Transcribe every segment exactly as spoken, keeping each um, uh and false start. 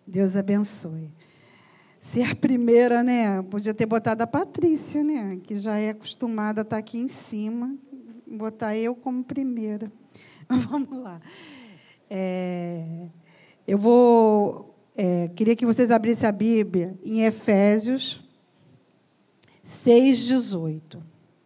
Deus abençoe. Ser a primeira, né? Podia ter botado a Patrícia, né? Que já é acostumada a estar aqui em cima. Botar eu como primeira. Vamos lá. É, eu vou... É, queria que vocês abrissem a Bíblia em Efésios seis, dezoito.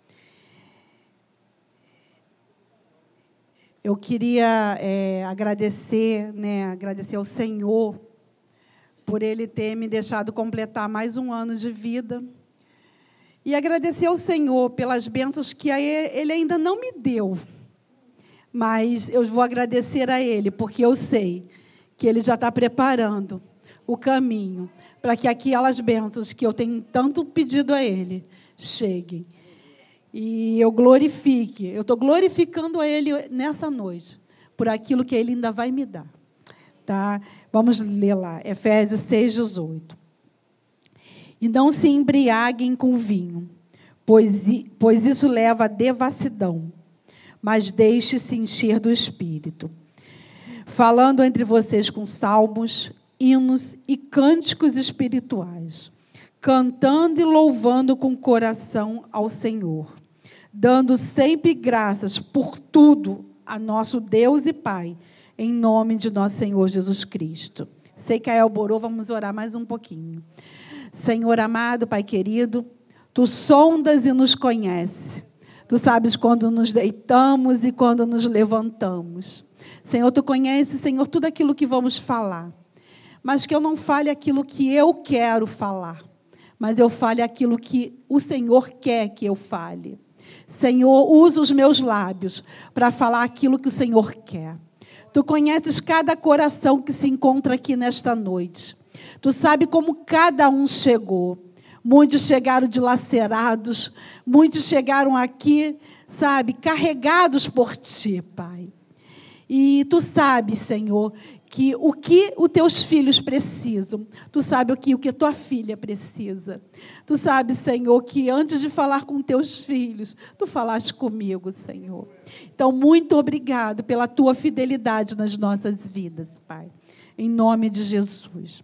Eu queria é, agradecer, né, agradecer ao Senhor por Ele ter me deixado completar mais um ano de vida. E agradecer ao Senhor pelas bênçãos que Ele ainda não me deu. Mas eu vou agradecer a Ele, porque eu sei que Ele já está preparando o caminho para que aquelas bênçãos que eu tenho tanto pedido a Ele cheguem. E eu glorifique, eu estou glorificando a Ele nessa noite, por aquilo que Ele ainda vai me dar. Tá? Vamos ler lá, Efésios seis, dezoito. E não se embriaguem com vinho, pois, pois isso leva à devassidão, mas deixe-se encher do Espírito, falando entre vocês com salmos, hinos e cânticos espirituais, cantando e louvando com o coração ao Senhor, dando sempre graças por tudo a nosso Deus e Pai, em nome de nosso Senhor Jesus Cristo. Sei que a Elborô, vamos orar mais um pouquinho. Senhor amado, Pai querido, Tu sondas e nos conheces. Tu sabes quando nos deitamos e quando nos levantamos. Senhor, Tu conheces, Senhor, tudo aquilo que vamos falar. Mas que eu não fale aquilo que eu quero falar, mas eu fale aquilo que o Senhor quer que eu fale. Senhor, usa os meus lábios para falar aquilo que o Senhor quer. Tu conheces cada coração que se encontra aqui nesta noite. Tu sabe como cada um chegou. Muitos chegaram dilacerados, muitos chegaram aqui, sabe, carregados por Ti, Pai. E Tu sabes, Senhor, que o que os Teus filhos precisam. Tu sabes o que, o que Tua filha precisa. Tu sabes, Senhor, que antes de falar com Teus filhos, Tu falaste comigo, Senhor. Então, muito obrigado pela Tua fidelidade nas nossas vidas, Pai. Em nome de Jesus.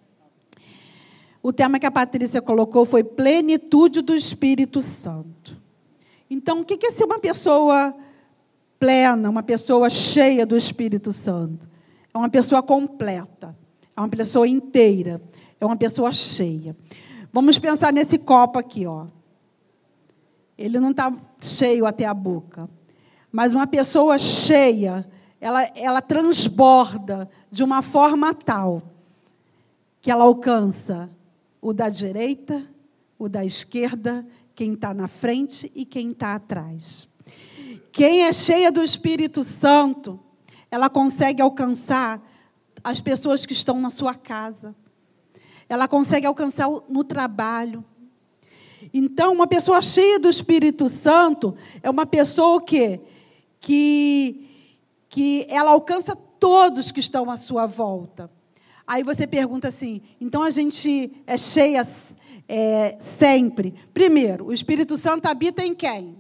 O tema que a Patrícia colocou foi plenitude do Espírito Santo. Então, o que é ser uma pessoa plena, uma pessoa cheia do Espírito Santo? É uma pessoa completa, é uma pessoa inteira, é uma pessoa cheia. Vamos pensar nesse copo aqui, ó. Ele não está cheio até a boca, mas uma pessoa cheia, ela, ela transborda de uma forma tal que ela alcança o da direita, o da esquerda, quem está na frente e quem está atrás. Quem é cheia do Espírito Santo, ela consegue alcançar as pessoas que estão na sua casa. Ela consegue alcançar no trabalho. Então, uma pessoa cheia do Espírito Santo é uma pessoa que, que, que ela alcança todos que estão à sua volta. Aí você pergunta assim, então a gente é cheia é, sempre. Primeiro, o Espírito Santo habita em quem?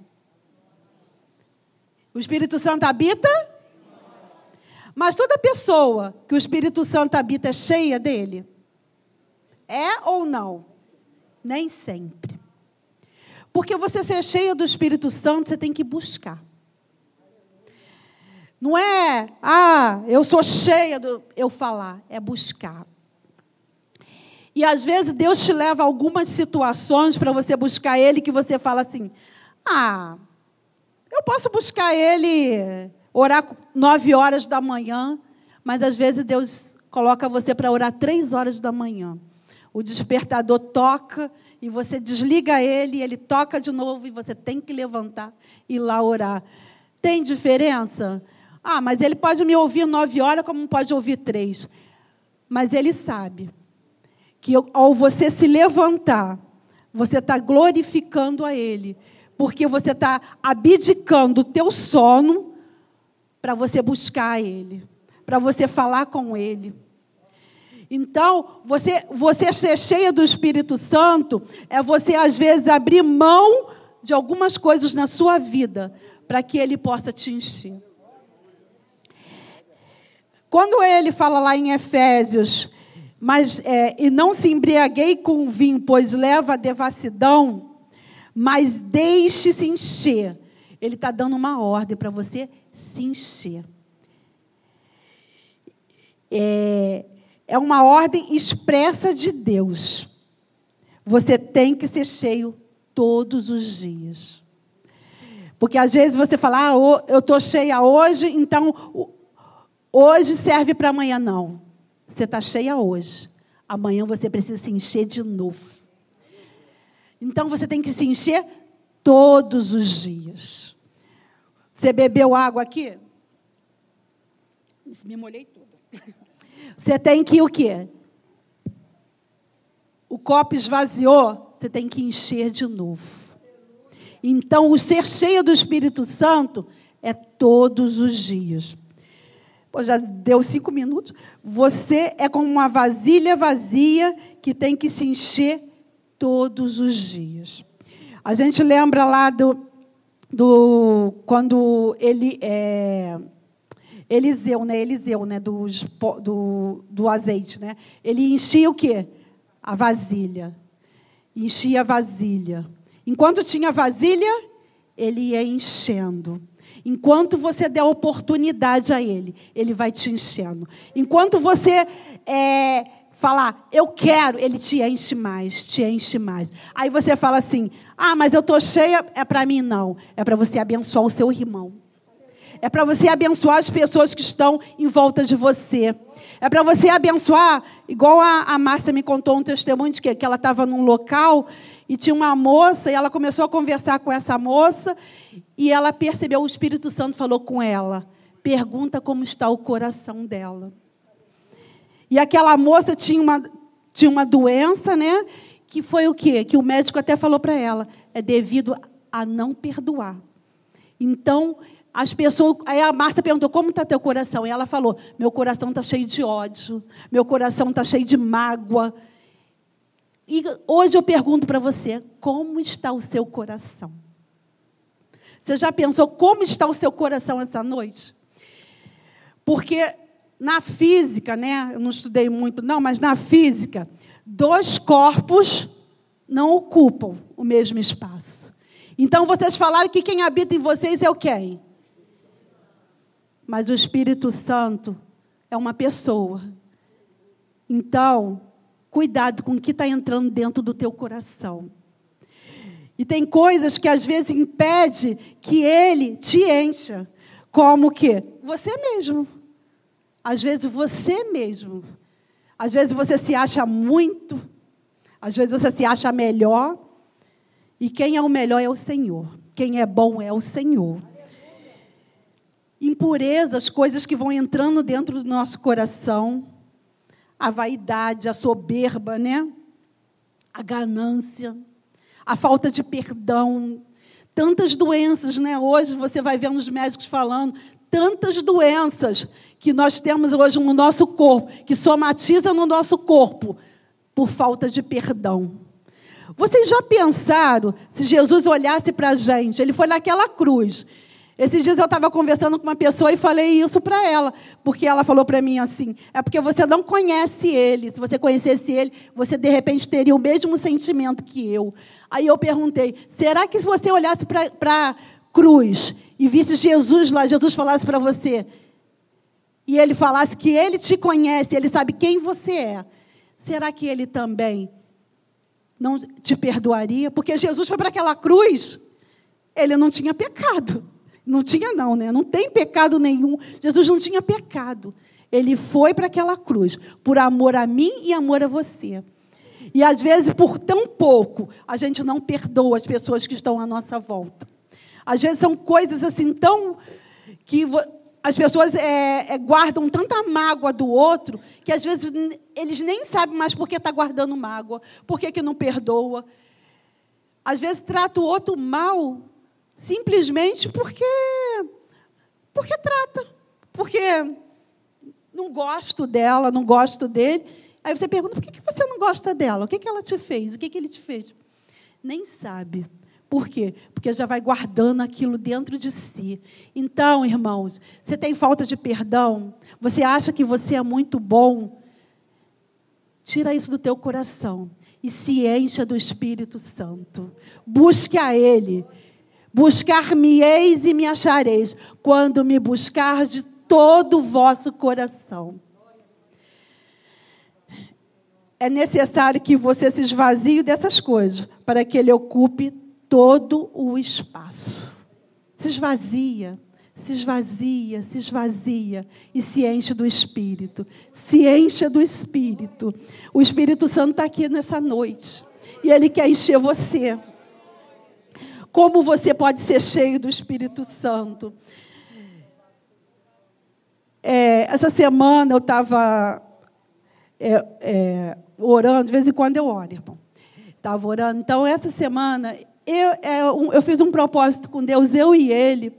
O Espírito Santo habita? Mas toda pessoa que o Espírito Santo habita é cheia dele? É ou não? Nem sempre. Porque você ser cheia do Espírito Santo, você tem que buscar. Não é, ah, eu sou cheia do eu falar, é buscar. E às vezes Deus te leva a algumas situações para você buscar Ele, que você fala assim, ah, eu posso buscar Ele, orar nove horas da manhã, mas às vezes Deus coloca você para orar três horas da manhã. O despertador toca e você desliga ele, ele toca de novo e você tem que levantar e ir lá orar. Tem diferença? Ah, mas ele pode me ouvir nove horas, como pode ouvir três. Mas ele sabe que ao você se levantar, você está glorificando a Ele, porque você está abdicando o teu sono para você buscar a Ele, para você falar com Ele. Então, você, você ser cheia do Espírito Santo é você, às vezes, abrir mão de algumas coisas na sua vida para que Ele possa te encher. Quando ele fala lá em Efésios, mas é, e não se embriaguei com o vinho, pois leva a devassidão, mas deixe-se encher. Ele está dando uma ordem para você se encher. É, é uma ordem expressa de Deus. Você tem que ser cheio todos os dias. Porque às vezes você fala, ah, eu estou cheia hoje, então hoje serve para amanhã. Não. Você está cheia hoje. Amanhã você precisa se encher de novo. Então você tem que se encher todos os dias. Você bebeu água aqui? Me molhei toda. Você tem que o quê? O copo esvaziou, você tem que encher de novo. Então, o ser cheio do Espírito Santo é todos os dias. Pô, já deu cinco minutos. Você é como uma vasilha vazia que tem que se encher todos os dias. A gente lembra lá do, do quando ele é, Eliseu, né? Eliseu, né? Do, do, do azeite, né? Ele enchia o quê? A vasilha. Enchia a vasilha. Enquanto tinha vasilha, ele ia enchendo. Enquanto você der oportunidade a ele, ele vai te enchendo. Enquanto você é, falar, eu quero, ele te enche mais, te enche mais. Aí você fala assim, ah, mas eu estou cheia, é para mim? Não. É para você abençoar o seu irmão. É para você abençoar as pessoas que estão em volta de você. É para você abençoar, igual a, a Márcia me contou um testemunho de que, que ela estava num local e tinha uma moça, e ela começou a conversar com essa moça, e ela percebeu, o Espírito Santo falou com ela, pergunta como está o coração dela. E aquela moça tinha uma, tinha uma doença, né, que foi o quê? Que o médico até falou para ela, é devido a não perdoar. Então, as pessoas, aí a Márcia perguntou, como está teu coração? E ela falou, meu coração está cheio de ódio, meu coração está cheio de mágoa. E hoje eu pergunto para você, como está o seu coração? Você já pensou como está o seu coração essa noite? Porque na física, né, eu não estudei muito não, mas na física, dois corpos não ocupam o mesmo espaço. Então, vocês falaram que quem habita em vocês é o quem? Mas o Espírito Santo é uma pessoa. Então, cuidado com o que está entrando dentro do teu coração. E tem coisas que, às vezes, impede que Ele te encha. Como o quê? Você mesmo. Às vezes, você mesmo. Às vezes, você se acha muito. Às vezes, você se acha melhor. E quem é o melhor é o Senhor. Quem é bom é o Senhor. Impurezas, coisas que vão entrando dentro do nosso coração. A vaidade, a soberba, né? A ganância, a falta de perdão. Tantas doenças, né? Hoje você vai ver nos médicos falando, tantas doenças que nós temos hoje no nosso corpo, que somatiza no nosso corpo, por falta de perdão. Vocês já pensaram, se Jesus olhasse para a gente, ele foi naquela cruz. Esses dias eu estava conversando com uma pessoa e falei isso para ela, porque ela falou para mim assim, é porque você não conhece ele. Se você conhecesse ele, você, de repente, teria o mesmo sentimento que eu. Aí eu perguntei, será que se você olhasse para a cruz e visse Jesus lá, Jesus falasse para você, e ele falasse que ele te conhece, ele sabe quem você é, será que ele também não te perdoaria? Porque Jesus foi para aquela cruz, ele não tinha pecado. Não tinha não, né? Não tem pecado nenhum. Jesus não tinha pecado. Ele foi para aquela cruz, por amor a mim e amor a você. E, às vezes, por tão pouco, a gente não perdoa as pessoas que estão à nossa volta. Às vezes, são coisas assim tão... que as pessoas é, é, guardam tanta mágoa do outro, que, às vezes, eles nem sabem mais por que está guardando mágoa, por que, que não perdoa. Às vezes, trata o outro mal... simplesmente porque, porque trata, porque não gosto dela, não gosto dele. Aí você pergunta, por que você não gosta dela? O que ela te fez? O que ele te fez? Nem sabe. Por quê? Porque já vai guardando aquilo dentro de si. Então, irmãos, você tem falta de perdão? Você acha que você é muito bom? Tira isso do teu coração e se encha do Espírito Santo. Busque a Ele. Buscar-me-eis e me achareis, quando me buscar de todo o vosso coração. É necessário que você se esvazie dessas coisas, para que Ele ocupe todo o espaço. Se esvazia, se esvazia, se esvazia e se enche do Espírito. Se encha do Espírito. O Espírito Santo está aqui nessa noite e Ele quer encher você. Como você pode ser cheio do Espírito Santo? É, essa semana eu estava é, é, orando, de vez em quando eu oro, irmão. Estava orando. Então, essa semana, eu, é, um, eu fiz um propósito com Deus, eu e Ele.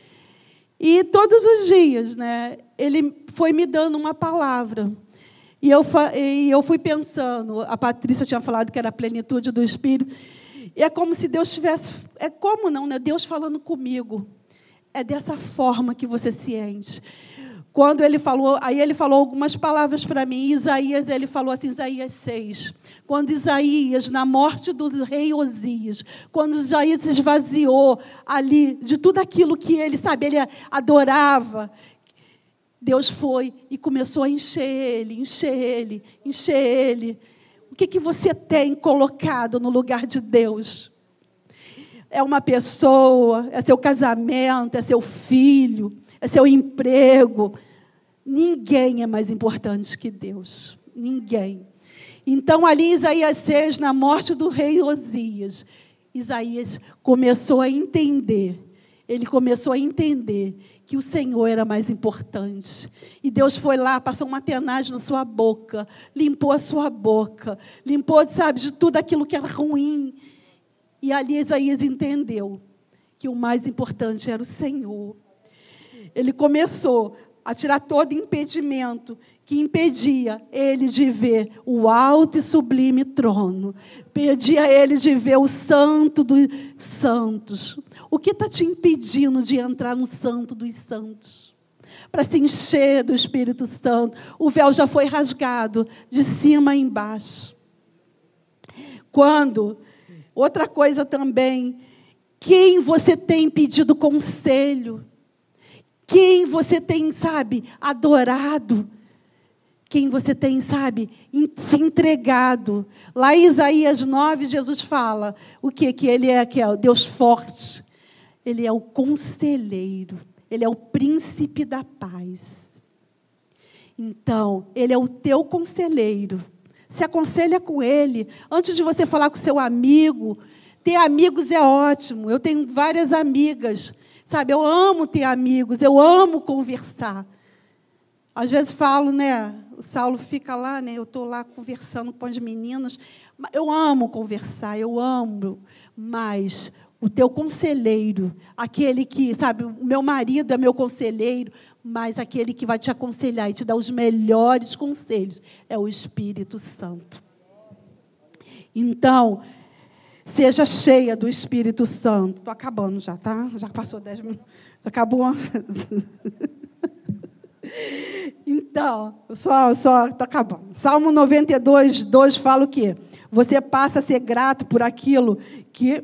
E todos os dias, né, Ele foi me dando uma palavra. E eu, e eu fui pensando, a Patrícia tinha falado que era a plenitude do Espírito. E é como se Deus tivesse... É como não, né? Deus falando comigo. É dessa forma que você se enche. Quando ele falou... Aí ele falou algumas palavras para mim. Isaías, ele falou assim, Isaías seis. Quando Isaías, na morte do rei Osias, quando Isaías se esvaziou ali de tudo aquilo que ele, sabe, ele adorava, Deus foi e começou a encher ele, encher ele, encher ele. O que, que você tem colocado no lugar de Deus? É uma pessoa, é seu casamento, é seu filho, é seu emprego. Ninguém é mais importante que Deus. Ninguém. Então, ali em Isaías seis, na morte do rei Osias, Isaías começou a entender. Ele começou a entender que o Senhor era mais importante. E Deus foi lá, passou uma tenagem na sua boca, limpou a sua boca, limpou, sabe, de tudo aquilo que era ruim. E ali Isaías entendeu que o mais importante era o Senhor. Ele começou a tirar todo impedimento que impedia ele de ver o alto e sublime trono. Impedia ele de ver o santo dos santos. O que está te impedindo de entrar no santo dos santos? Para se encher do Espírito Santo. O véu já foi rasgado de cima a embaixo. Quando... Outra coisa também, quem você tem pedido conselho? Quem você tem, sabe, adorado? Quem você tem, sabe, se entregado? Lá em Isaías nove, Jesus fala o quê? Que Ele é, que é o Deus forte. Ele é o conselheiro. Ele é o príncipe da paz. Então, Ele é o teu conselheiro. Se aconselha com Ele. Antes de você falar com seu amigo, ter amigos é ótimo. Eu tenho várias amigas. Sabe, eu amo ter amigos, eu amo conversar. Às vezes falo, né? O Saulo fica lá, né? Eu estou lá conversando com as meninas. Eu amo conversar, eu amo. Mas o teu conselheiro, aquele que, sabe, o meu marido é meu conselheiro, mas aquele que vai te aconselhar e te dar os melhores conselhos é o Espírito Santo. Então, seja cheia do Espírito Santo. Estou acabando já, tá? Já passou dez minutos. Já acabou. Então, só só estou acabando. Salmo noventa e dois, dois fala o quê? Você passa a ser grato por aquilo que,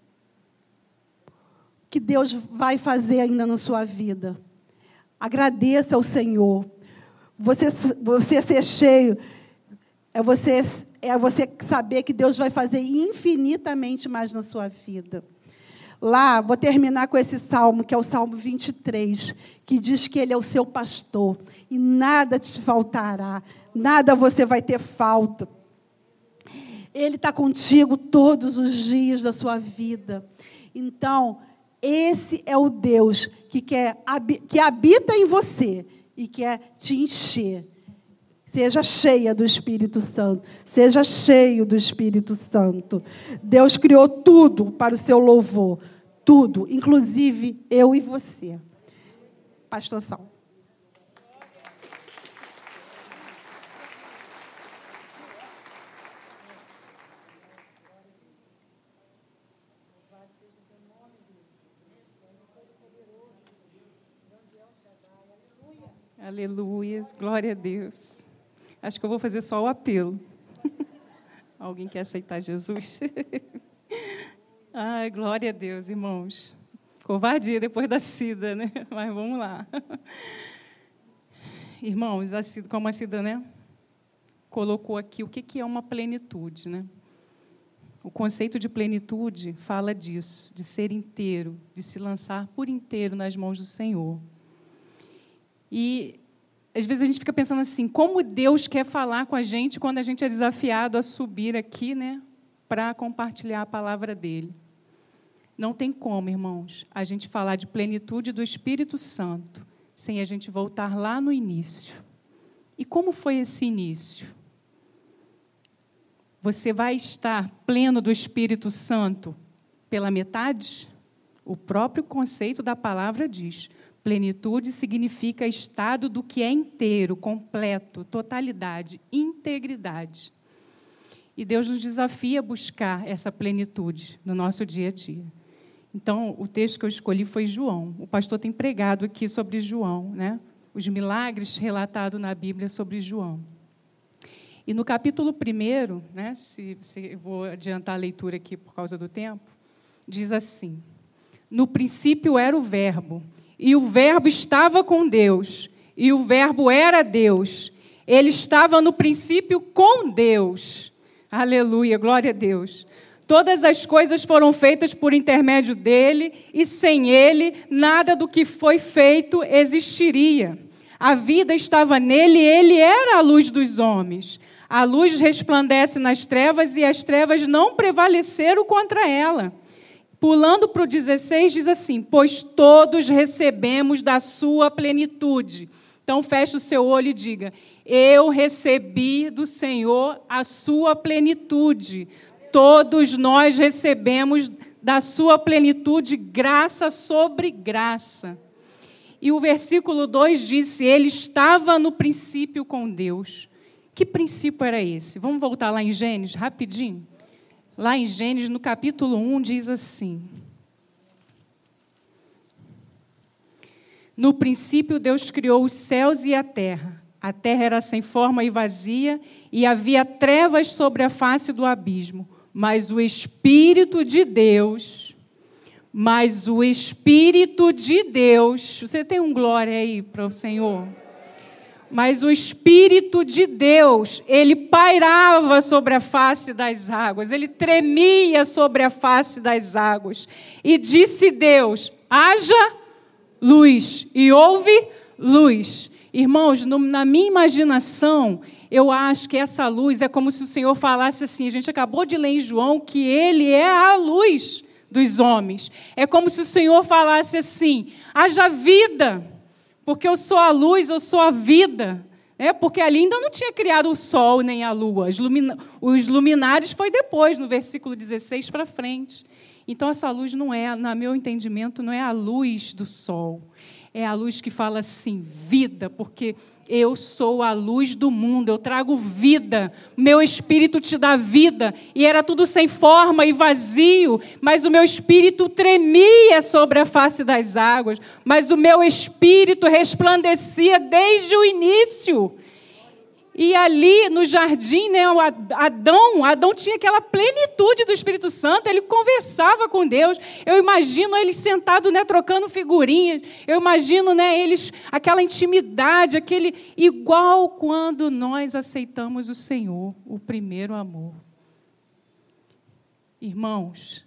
que Deus vai fazer ainda na sua vida. Agradeça ao Senhor. Você, você ser cheio é você, é você saber que Deus vai fazer infinitamente mais na sua vida. Lá, vou terminar com esse salmo, que é o Salmo vinte e três, que diz que Ele é o seu pastor, e nada te faltará, nada você vai ter falta. Ele está contigo todos os dias da sua vida. Então, esse é o Deus que, quer, que habita em você e quer te encher. Seja cheia do Espírito Santo. Seja cheio do Espírito Santo. Deus criou tudo para o seu louvor. Tudo, inclusive eu e você. Pastor Saulo. Aleluia, glória a Deus. Acho que eu vou fazer só o apelo. Alguém quer aceitar Jesus? Ai, glória a Deus, irmãos. Covardia depois da Cida, né? Mas vamos lá. Irmãos, a Cida, como a Cida, né, colocou aqui, o que é uma plenitude, né? O conceito de plenitude fala disso, de ser inteiro, de se lançar por inteiro nas mãos do Senhor. E, às vezes, a gente fica pensando assim, como Deus quer falar com a gente quando a gente é desafiado a subir aqui, né, para compartilhar a palavra dele. Não tem como, irmãos, a gente falar de plenitude do Espírito Santo sem a gente voltar lá no início. E como foi esse início? Você vai estar pleno do Espírito Santo pela metade? O próprio conceito da palavra diz. Plenitude significa estado do que é inteiro, completo, totalidade, integridade. E Deus nos desafia a buscar essa plenitude no nosso dia a dia. Então, o texto que eu escolhi foi João. O pastor tem pregado aqui sobre João, né? Os milagres relatados na Bíblia sobre João. E no capítulo primeiro, né, se, se eu vou adiantar a leitura aqui por causa do tempo, diz assim: no princípio era o Verbo, e o Verbo estava com Deus, e o Verbo era Deus. Ele estava no princípio com Deus. Aleluia, glória a Deus. Todas as coisas foram feitas por intermédio dele, e sem ele, nada do que foi feito existiria. A vida estava nele, e ele era a luz dos homens. A luz resplandece nas trevas, e as trevas não prevaleceram contra ela. Pulando para o dezesseis, diz assim: pois todos recebemos da sua plenitude. Então, feche o seu olho e diga: eu recebi do Senhor a sua plenitude. Todos nós recebemos da sua plenitude graça sobre graça. E o versículo dois diz: ele estava no princípio com Deus. Que princípio era esse? Vamos voltar lá em Gênesis, rapidinho. Lá em Gênesis, no capítulo um, diz assim: no princípio, Deus criou os céus e a terra. A terra era sem forma e vazia, e havia trevas sobre a face do abismo. Mas o Espírito de Deus, mas o Espírito de Deus, você tem um glória aí para o Senhor? Mas o Espírito de Deus, ele pairava sobre a face das águas, ele tremia sobre a face das águas. E disse Deus: haja luz, e houve luz. Irmãos, no, na minha imaginação, eu acho que essa luz é como se o Senhor falasse assim, a gente acabou de ler em João que ele é a luz dos homens. É como se o Senhor falasse assim: haja vida. Porque eu sou a luz, eu sou a vida. É, porque ali ainda não tinha criado o sol nem a lua. Os, lumina- os luminares foi depois, no versículo dezesseis para frente. Então, essa luz não é, no meu entendimento, não é a luz do sol. É a luz que fala assim, vida, porque eu sou a luz do mundo, eu trago vida, meu Espírito te dá vida, e era tudo sem forma e vazio, mas o meu Espírito tremia sobre a face das águas, mas o meu Espírito resplandecia desde o início. E ali no jardim, né, o Adão, Adão tinha aquela plenitude do Espírito Santo, ele conversava com Deus. Eu imagino eles sentados, né, trocando figurinhas. Eu imagino, né, eles, aquela intimidade, aquele igual quando nós aceitamos o Senhor, o primeiro amor. Irmãos,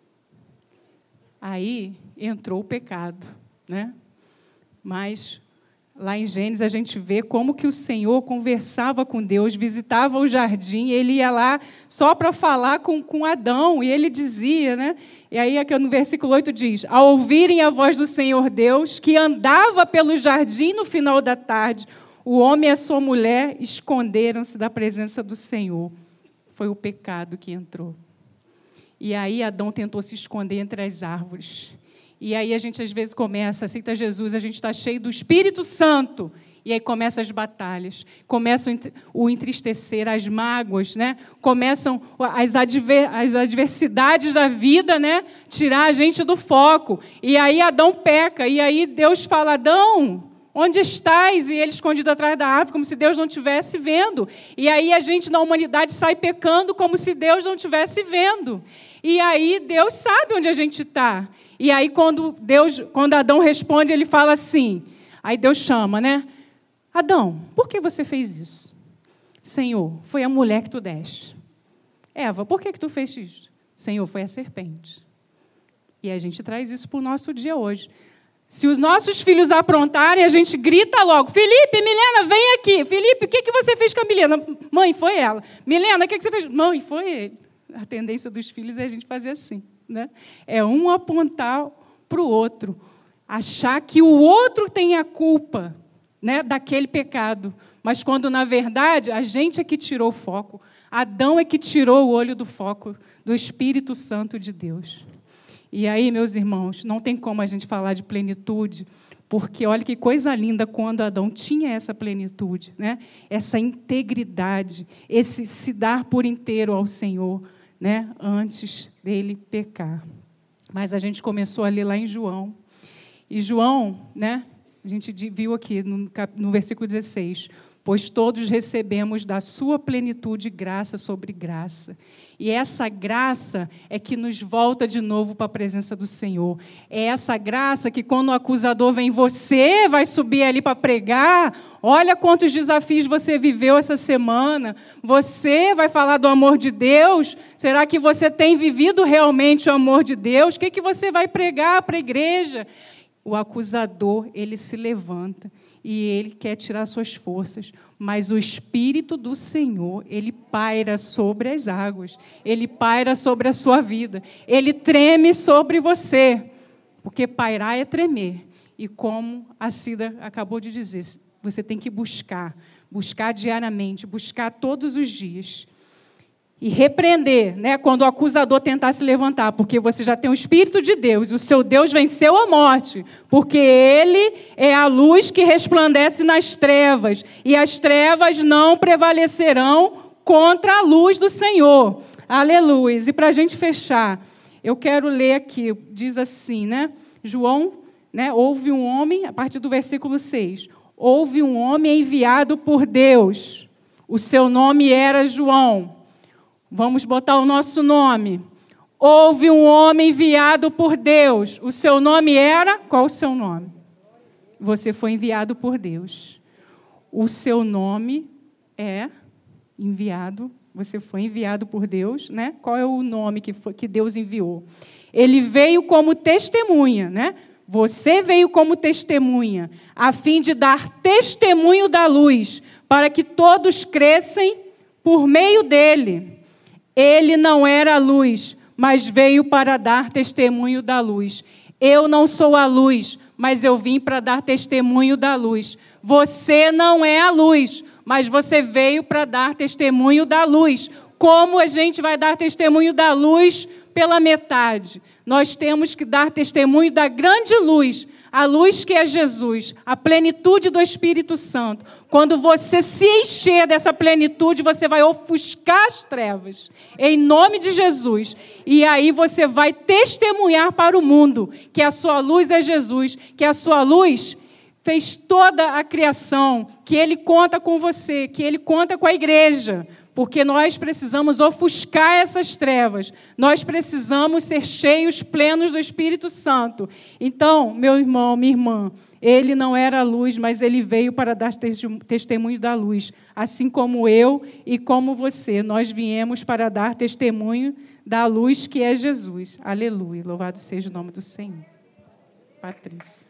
aí entrou o pecado, né? Mas lá em Gênesis, a gente vê como que o Senhor conversava com Deus, visitava o jardim, ele ia lá só para falar com, com Adão, e ele dizia, né? E aí, aqui no versículo oito diz: ao ouvirem a voz do Senhor Deus, que andava pelo jardim no final da tarde, o homem e a sua mulher esconderam-se da presença do Senhor. Foi o pecado que entrou. E aí, Adão tentou se esconder entre as árvores. E aí a gente, às vezes, começa, aceita Jesus, a gente está cheio do Espírito Santo. E aí começam as batalhas, começam o entristecer, as mágoas, né? Começam as, adver, as adversidades da vida, né? Tirar a gente do foco. E aí Adão peca, e aí Deus fala: Adão, Onde estás? E ele escondido atrás da árvore, como se Deus não estivesse vendo. E aí a gente, na humanidade, sai pecando como se Deus não estivesse vendo. E aí Deus sabe onde a gente está. E aí quando, Deus, quando Adão responde, ele fala assim, aí Deus chama, né? Adão, por que você fez isso? Senhor, foi a mulher que tu deste. Eva, por que, que tu fez isso? Senhor, foi a serpente. E a gente traz isso para o nosso dia hoje. Se os nossos filhos aprontarem, a gente grita logo, Felipe, Milena, vem aqui. Felipe, o que, que você fez com a Milena? Mãe, foi ela. Milena, o que, que você fez? Mãe, foi ele. A tendência dos filhos é a gente fazer assim, né? É um apontar para o outro. Achar que o outro tem a culpa, né, daquele pecado. Mas quando, na verdade, a gente é que tirou o foco. Adão é que tirou o olho do foco do Espírito Santo de Deus. E aí, meus irmãos, não tem como a gente falar de plenitude, porque olha que coisa linda quando Adão tinha essa plenitude, né? Essa integridade, esse se dar por inteiro ao Senhor, né? Antes dele pecar. Mas a gente começou a ler lá em João. E João, né? A gente viu aqui no, no versículo dezesseis, pois todos recebemos da sua plenitude graça sobre graça. E essa graça é que nos volta de novo para a presença do Senhor. É essa graça que, quando o acusador vem, você vai subir ali para pregar, olha quantos desafios você viveu essa semana, você vai falar do amor de Deus, será que você tem vivido realmente o amor de Deus? O que, que você vai pregar para a igreja? O acusador, ele se levanta e ele quer tirar suas forças, mas o Espírito do Senhor, ele paira sobre as águas, ele paira sobre a sua vida, ele treme sobre você, porque pairar é tremer. E como a Cida acabou de dizer, você tem que buscar, buscar diariamente, buscar todos os dias. E repreender, né, quando o acusador tentar se levantar, porque você já tem o Espírito de Deus, o seu Deus venceu a morte, porque Ele é a luz que resplandece nas trevas, e as trevas não prevalecerão contra a luz do Senhor. Aleluia. E para a gente fechar, eu quero ler aqui, diz assim, né, João, né, houve um homem, a partir do versículo seis, houve um homem enviado por Deus, o seu nome era João. Vamos botar o nosso nome. Houve um homem enviado por Deus. O seu nome era? Qual o seu nome? Você foi enviado por Deus. O seu nome é enviado. Você foi enviado por Deus, né? Qual é o nome que, foi, que Deus enviou? Ele veio como testemunha, né? Você veio como testemunha, a fim de dar testemunho da luz, para que todos crescem por meio dele. Ele não era a luz, mas veio para dar testemunho da luz. Eu não sou a luz, mas eu vim para dar testemunho da luz. Você não é a luz, mas você veio para dar testemunho da luz. Como a gente vai dar testemunho da luz pela metade? Nós temos que dar testemunho da grande luz, a luz que é Jesus, a plenitude do Espírito Santo. Quando você se encher dessa plenitude, você vai ofuscar as trevas, em nome de Jesus. E aí você vai testemunhar para o mundo que a sua luz é Jesus, que a sua luz fez toda a criação, que Ele conta com você, que Ele conta com a igreja. Porque nós precisamos ofuscar essas trevas. Nós precisamos ser cheios, plenos do Espírito Santo. Então, meu irmão, minha irmã, ele não era a luz, mas ele veio para dar testemunho da luz. Assim como eu e como você, nós viemos para dar testemunho da luz que é Jesus. Aleluia. Louvado seja o nome do Senhor. Patrícia.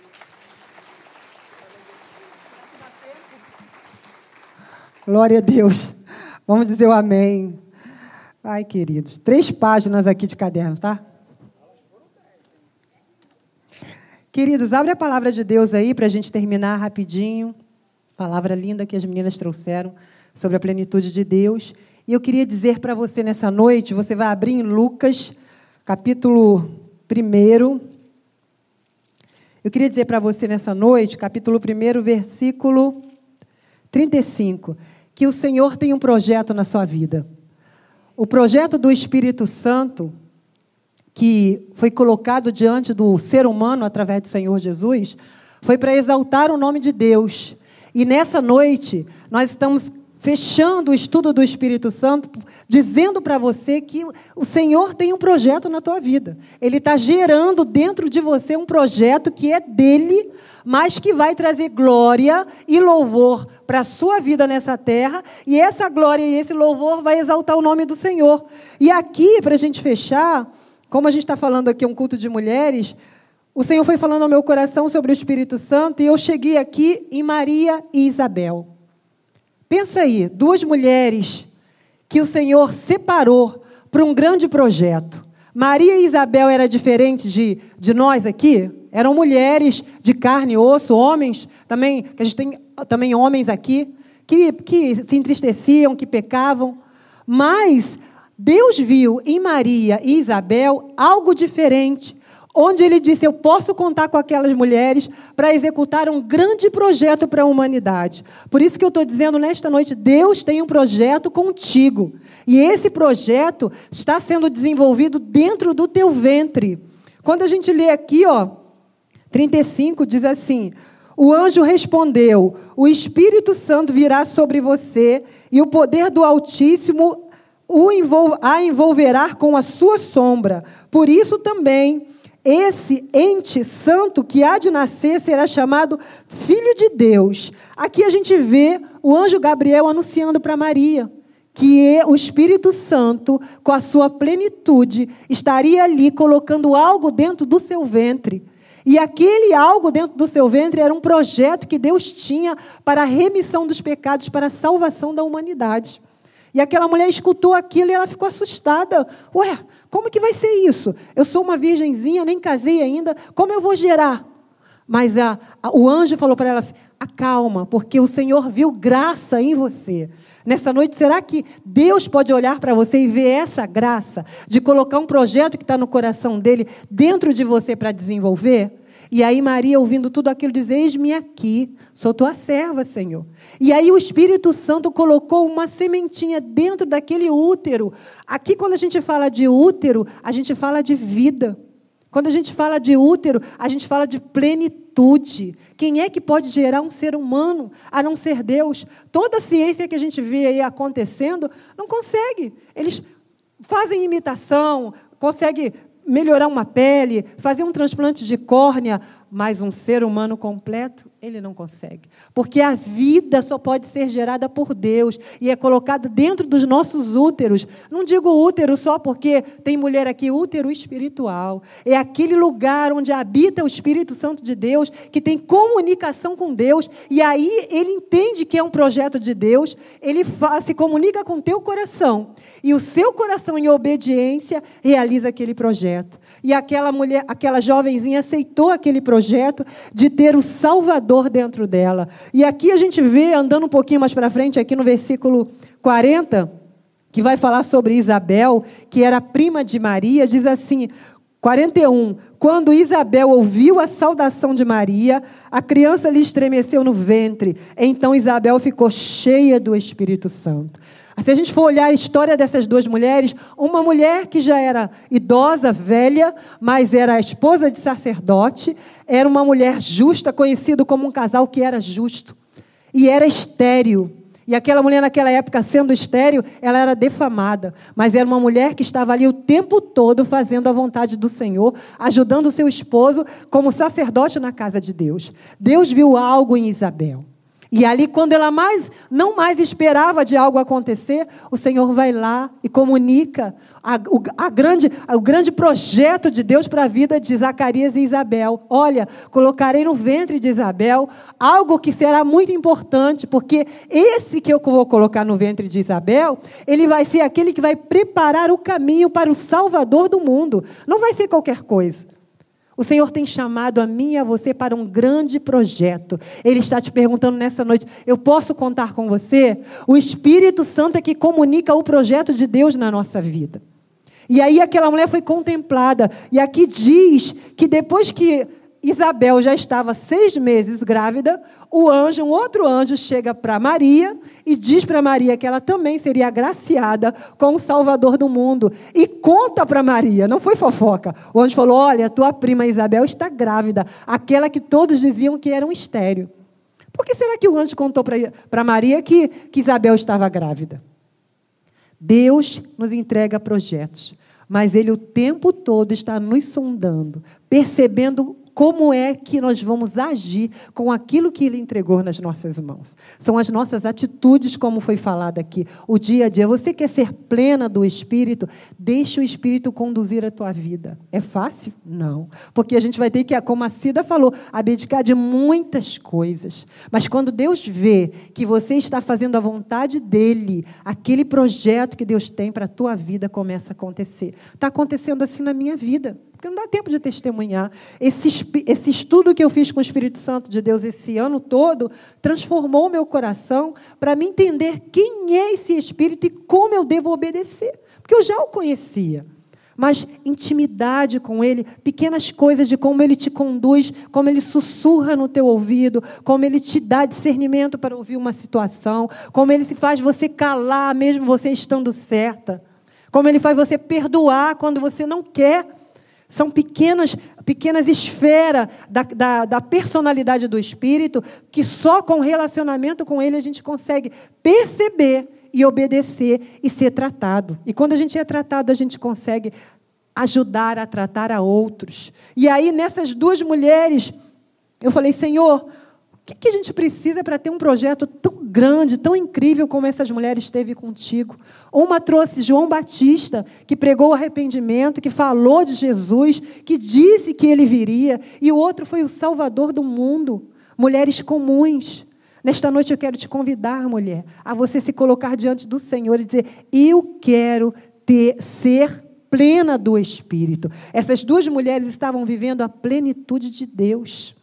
Glória a Deus. Vamos dizer o amém. Ai, queridos, três páginas aqui de caderno, tá? Queridos, abre a palavra de Deus aí para a gente terminar rapidinho. Palavra linda que as meninas trouxeram sobre a plenitude de Deus. E eu queria dizer para você nessa noite, você vai abrir em Lucas, capítulo primeiro. Eu queria dizer para você nessa noite, capítulo primeiro, versículo trinta e cinco. Que o Senhor tem um projeto na sua vida. O projeto do Espírito Santo, que foi colocado diante do ser humano através do Senhor Jesus, foi para exaltar o nome de Deus. E nessa noite, nós estamos fechando o estudo do Espírito Santo, dizendo para você que o Senhor tem um projeto na tua vida. Ele está gerando dentro de você um projeto que é dele, mas que vai trazer glória e louvor para a sua vida nessa terra, e essa glória e esse louvor vai exaltar o nome do Senhor. E aqui, para a gente fechar, como a gente está falando aqui, um culto de mulheres, o Senhor foi falando ao meu coração sobre o Espírito Santo, e eu cheguei aqui em Maria e Isabel. Pensa aí, duas mulheres que o Senhor separou para um grande projeto. Maria e Isabel eram diferentes de, de nós aqui? Eram mulheres de carne e osso, homens, também, que a gente tem também homens aqui, que, que se entristeciam, que pecavam. Mas Deus viu em Maria e Isabel algo diferente, onde ele disse, eu posso contar com aquelas mulheres para executar um grande projeto para a humanidade. Por isso que eu estou dizendo nesta noite, Deus tem um projeto contigo. E esse projeto está sendo desenvolvido dentro do teu ventre. Quando a gente lê aqui, ó, trinta e cinco, diz assim, o anjo respondeu, o Espírito Santo virá sobre você e o poder do Altíssimo o envol- a envolverá com a sua sombra. Por isso também, esse ente santo que há de nascer será chamado Filho de Deus. Aqui a gente vê o anjo Gabriel anunciando para Maria que o Espírito Santo, com a sua plenitude, estaria ali colocando algo dentro do seu ventre. E aquele algo dentro do seu ventre era um projeto que Deus tinha para a remissão dos pecados, para a salvação da humanidade. E aquela mulher escutou aquilo e ela ficou assustada. Ué, como que vai ser isso? Eu sou uma virgenzinha, nem casei ainda, como eu vou gerar? Mas a, a, o anjo falou para ela, acalma, porque o Senhor viu graça em você. Nessa noite, será que Deus pode olhar para você e ver essa graça de colocar um projeto que está no coração dele dentro de você para desenvolver? E aí Maria, ouvindo tudo aquilo, diz, eis-me aqui, sou tua serva, Senhor. E aí o Espírito Santo colocou uma sementinha dentro daquele útero. Aqui, quando a gente fala de útero, a gente fala de vida. Quando a gente fala de útero, a gente fala de plenitude. Quem é que pode gerar um ser humano, a não ser Deus? Toda a ciência que a gente vê aí acontecendo, não consegue. Eles fazem imitação, conseguem melhorar uma pele, fazer um transplante de córnea, mas um ser humano completo, ele não consegue. Porque a vida só pode ser gerada por Deus e é colocada dentro dos nossos úteros. Não digo útero só porque tem mulher aqui, útero espiritual. É aquele lugar onde habita o Espírito Santo de Deus, que tem comunicação com Deus, e aí ele entende que é um projeto de Deus, ele se comunica com o teu coração, e o seu coração, em obediência, realiza aquele projeto. E aquela mulher, aquela jovenzinha aceitou aquele projeto de ter o Salvador dentro dela. E aqui a gente vê, andando um pouquinho mais para frente, aqui no versículo quarenta, que vai falar sobre Isabel, que era prima de Maria, diz assim, quarenta e um, quando Isabel ouviu a saudação de Maria, a criança lhe estremeceu no ventre. Então Isabel ficou cheia do Espírito Santo. Se a gente for olhar a história dessas duas mulheres, uma mulher que já era idosa, velha, mas era a esposa de sacerdote, era uma mulher justa, conhecido como um casal que era justo, e era estéril. E aquela mulher, naquela época, sendo estéril, ela era defamada, mas era uma mulher que estava ali o tempo todo fazendo a vontade do Senhor, ajudando o seu esposo como sacerdote na casa de Deus. Deus viu algo em Isabel. E ali, quando ela mais, não mais esperava de algo acontecer, o Senhor vai lá e comunica a, o, a grande, o grande projeto de Deus para a vida de Zacarias e Isabel. Olha, colocarei no ventre de Isabel algo que será muito importante, porque esse que eu vou colocar no ventre de Isabel, ele vai ser aquele que vai preparar o caminho para o Salvador do mundo. Não vai ser qualquer coisa. O Senhor tem chamado a mim e a você para um grande projeto. Ele está te perguntando nessa noite, eu posso contar com você? O Espírito Santo é que comunica o projeto de Deus na nossa vida. E aí aquela mulher foi contemplada. E aqui diz que depois que Isabel já estava seis meses grávida, o anjo, um outro anjo, chega para Maria e diz para Maria que ela também seria agraciada com o Salvador do mundo. E conta para Maria, não foi fofoca. O anjo falou, olha, tua prima Isabel está grávida, aquela que todos diziam que era um estéril. Por que será que o anjo contou para Maria que, que Isabel estava grávida? Deus nos entrega projetos, mas Ele o tempo todo está nos sondando, percebendo como é que nós vamos agir com aquilo que Ele entregou nas nossas mãos. São as nossas atitudes, como foi falado aqui, o dia a dia. Você quer ser plena do Espírito? Deixa o Espírito conduzir a tua vida. É fácil? Não. Porque a gente vai ter que, como a Cida falou, abdicar de muitas coisas. Mas quando Deus vê que você está fazendo a vontade dEle, aquele projeto que Deus tem para a tua vida começa a acontecer. Está acontecendo assim na minha vida. Porque não dá tempo de testemunhar. Esse, esse estudo que eu fiz com o Espírito Santo de Deus esse ano todo transformou o meu coração para me entender quem é esse Espírito e como eu devo obedecer. Porque eu já o conhecia. Mas intimidade com Ele, pequenas coisas de como Ele te conduz, como Ele sussurra no teu ouvido, como Ele te dá discernimento para ouvir uma situação, como Ele se faz você calar mesmo você estando certa, como Ele faz você perdoar quando você não quer. São pequenas, pequenas esferas da, da, da personalidade do Espírito que só com relacionamento com Ele a gente consegue perceber e obedecer e ser tratado. E quando a gente é tratado, a gente consegue ajudar a tratar a outros. E aí, nessas duas mulheres, eu falei, Senhor, o que, que a gente precisa para ter um projeto tão grande, tão incrível como essas mulheres teve contigo? Uma trouxe João Batista, que pregou o arrependimento, que falou de Jesus, que disse que ele viria. E o outro foi o Salvador do mundo. Mulheres comuns. Nesta noite eu quero te convidar, mulher, a você se colocar diante do Senhor e dizer, eu quero ter, ser plena do Espírito. Essas duas mulheres estavam vivendo a plenitude de Deus.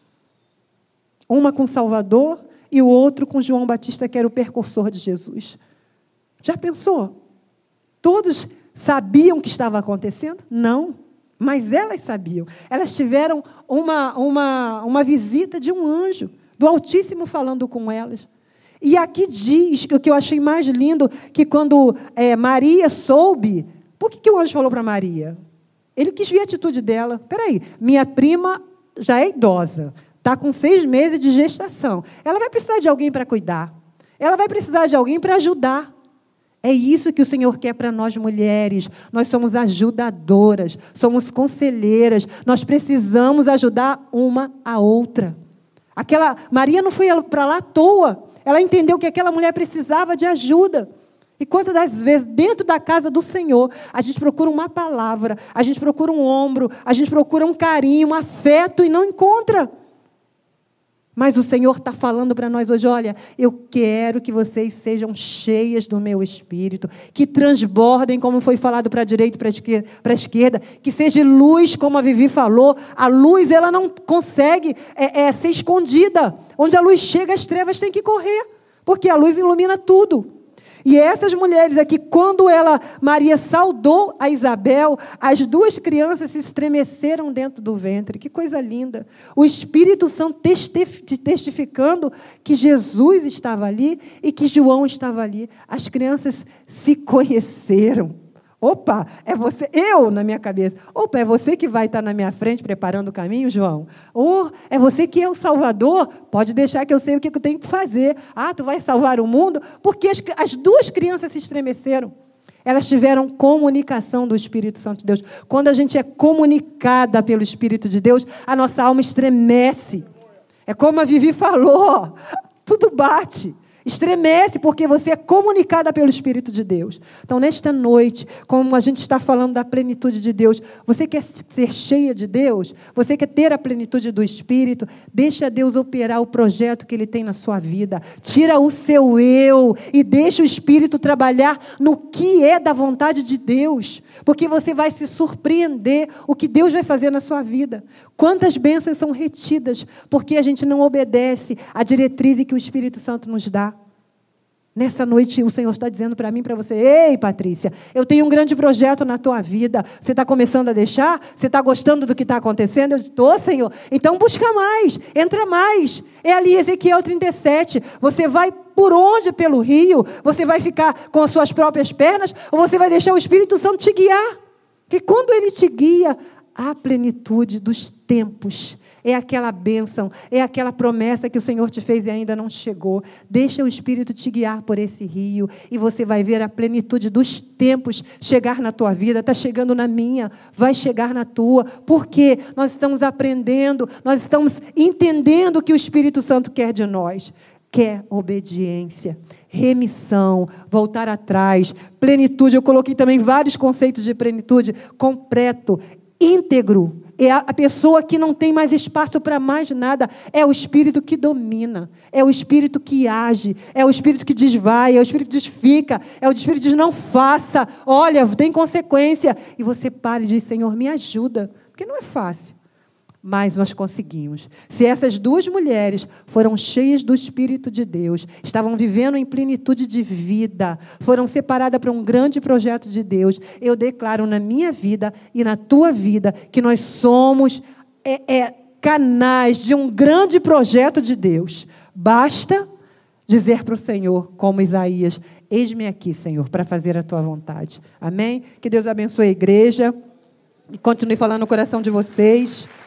Uma com Salvador e o outro com João Batista, que era o precursor de Jesus. Já pensou? Todos sabiam o que estava acontecendo? Não, mas elas sabiam. Elas tiveram uma, uma, uma visita de um anjo, do Altíssimo falando com elas. E aqui diz, o que eu achei mais lindo, que quando é, Maria soube, por que, que o anjo falou para Maria? Ele quis ver a atitude dela. Espera aí, minha prima já é idosa, está com seis meses de gestação. Ela vai precisar de alguém para cuidar. Ela vai precisar de alguém para ajudar. É isso que o Senhor quer para nós mulheres. Nós somos ajudadoras, somos conselheiras. Nós precisamos ajudar uma a outra. Aquela Maria não foi para lá à toa. Ela entendeu que aquela mulher precisava de ajuda. E quantas das vezes, dentro da casa do Senhor, a gente procura uma palavra, a gente procura um ombro, a gente procura um carinho, um afeto e não encontra. Mas o Senhor está falando para nós hoje, olha, eu quero que vocês sejam cheias do meu Espírito, que transbordem, como foi falado para a direita e para a esquerda, para a esquerda, que seja luz, como a Vivi falou. A luz, ela não consegue é, é, ser escondida. Onde a luz chega, as trevas têm que correr, porque a luz ilumina tudo. E essas mulheres aqui, quando ela, Maria saudou a Isabel, as duas crianças se estremeceram dentro do ventre. Que coisa linda. O Espírito Santo testificando que Jesus estava ali e que João estava ali. As crianças se conheceram. Opa, é você, eu na minha cabeça. Opa, é você que vai estar na minha frente preparando o caminho, João? Ou é você que é o Salvador? Pode deixar que eu sei o que eu tenho que fazer. Ah, tu vai salvar o mundo? Porque as, as duas crianças se estremeceram. Elas tiveram comunicação do Espírito Santo de Deus. Quando a gente é comunicada pelo Espírito de Deus, a nossa alma estremece. É como a Vivi falou, tudo bate. Estremece, porque você é comunicada pelo Espírito de Deus. Então, nesta noite, como a gente está falando da plenitude de Deus, você quer ser cheia de Deus? Você quer ter a plenitude do Espírito? Deixa Deus operar o projeto que Ele tem na sua vida. Tira o seu eu e deixa o Espírito trabalhar no que é da vontade de Deus. Porque você vai se surpreender o que Deus vai fazer na sua vida. Quantas bênçãos são retidas porque a gente não obedece à diretriz que o Espírito Santo nos dá. Nessa noite, o Senhor está dizendo para mim, para você: ei, Patrícia, eu tenho um grande projeto na tua vida. Você está começando a deixar? Você está gostando do que está acontecendo? Eu estou, Senhor. Então, busca mais, entra mais. É ali, Ezequiel trinta e sete. Você vai por onde? Pelo rio? Você vai ficar com as suas próprias pernas? Ou você vai deixar o Espírito Santo te guiar? Porque quando Ele te guia, a plenitude dos tempos é aquela bênção, é aquela promessa que o Senhor te fez e ainda não chegou. Deixa o Espírito te guiar por esse rio e você vai ver a plenitude dos tempos chegar na tua vida. Está chegando na minha, vai chegar na tua. Porque nós estamos aprendendo, nós estamos entendendo o que o Espírito Santo quer de nós. Quer obediência, remissão, voltar atrás, plenitude. Eu coloquei também vários conceitos de plenitude: completo, íntegro. É a pessoa que não tem mais espaço para mais nada. É o Espírito que domina. É o Espírito que age. É o Espírito que desvai. É o Espírito que desfica. É o Espírito que diz: não faça. Olha, tem consequência. E você para e diz: Senhor, me ajuda. Porque não é fácil. Mas nós conseguimos. Se essas duas mulheres foram cheias do Espírito de Deus, estavam vivendo em plenitude de vida, foram separadas para um grande projeto de Deus, eu declaro na minha vida e na tua vida que nós somos é, é, canais de um grande projeto de Deus. Basta dizer para o Senhor, como Isaías: eis-me aqui, Senhor, para fazer a tua vontade. Amém? Que Deus abençoe a igreja e continue falando no coração de vocês.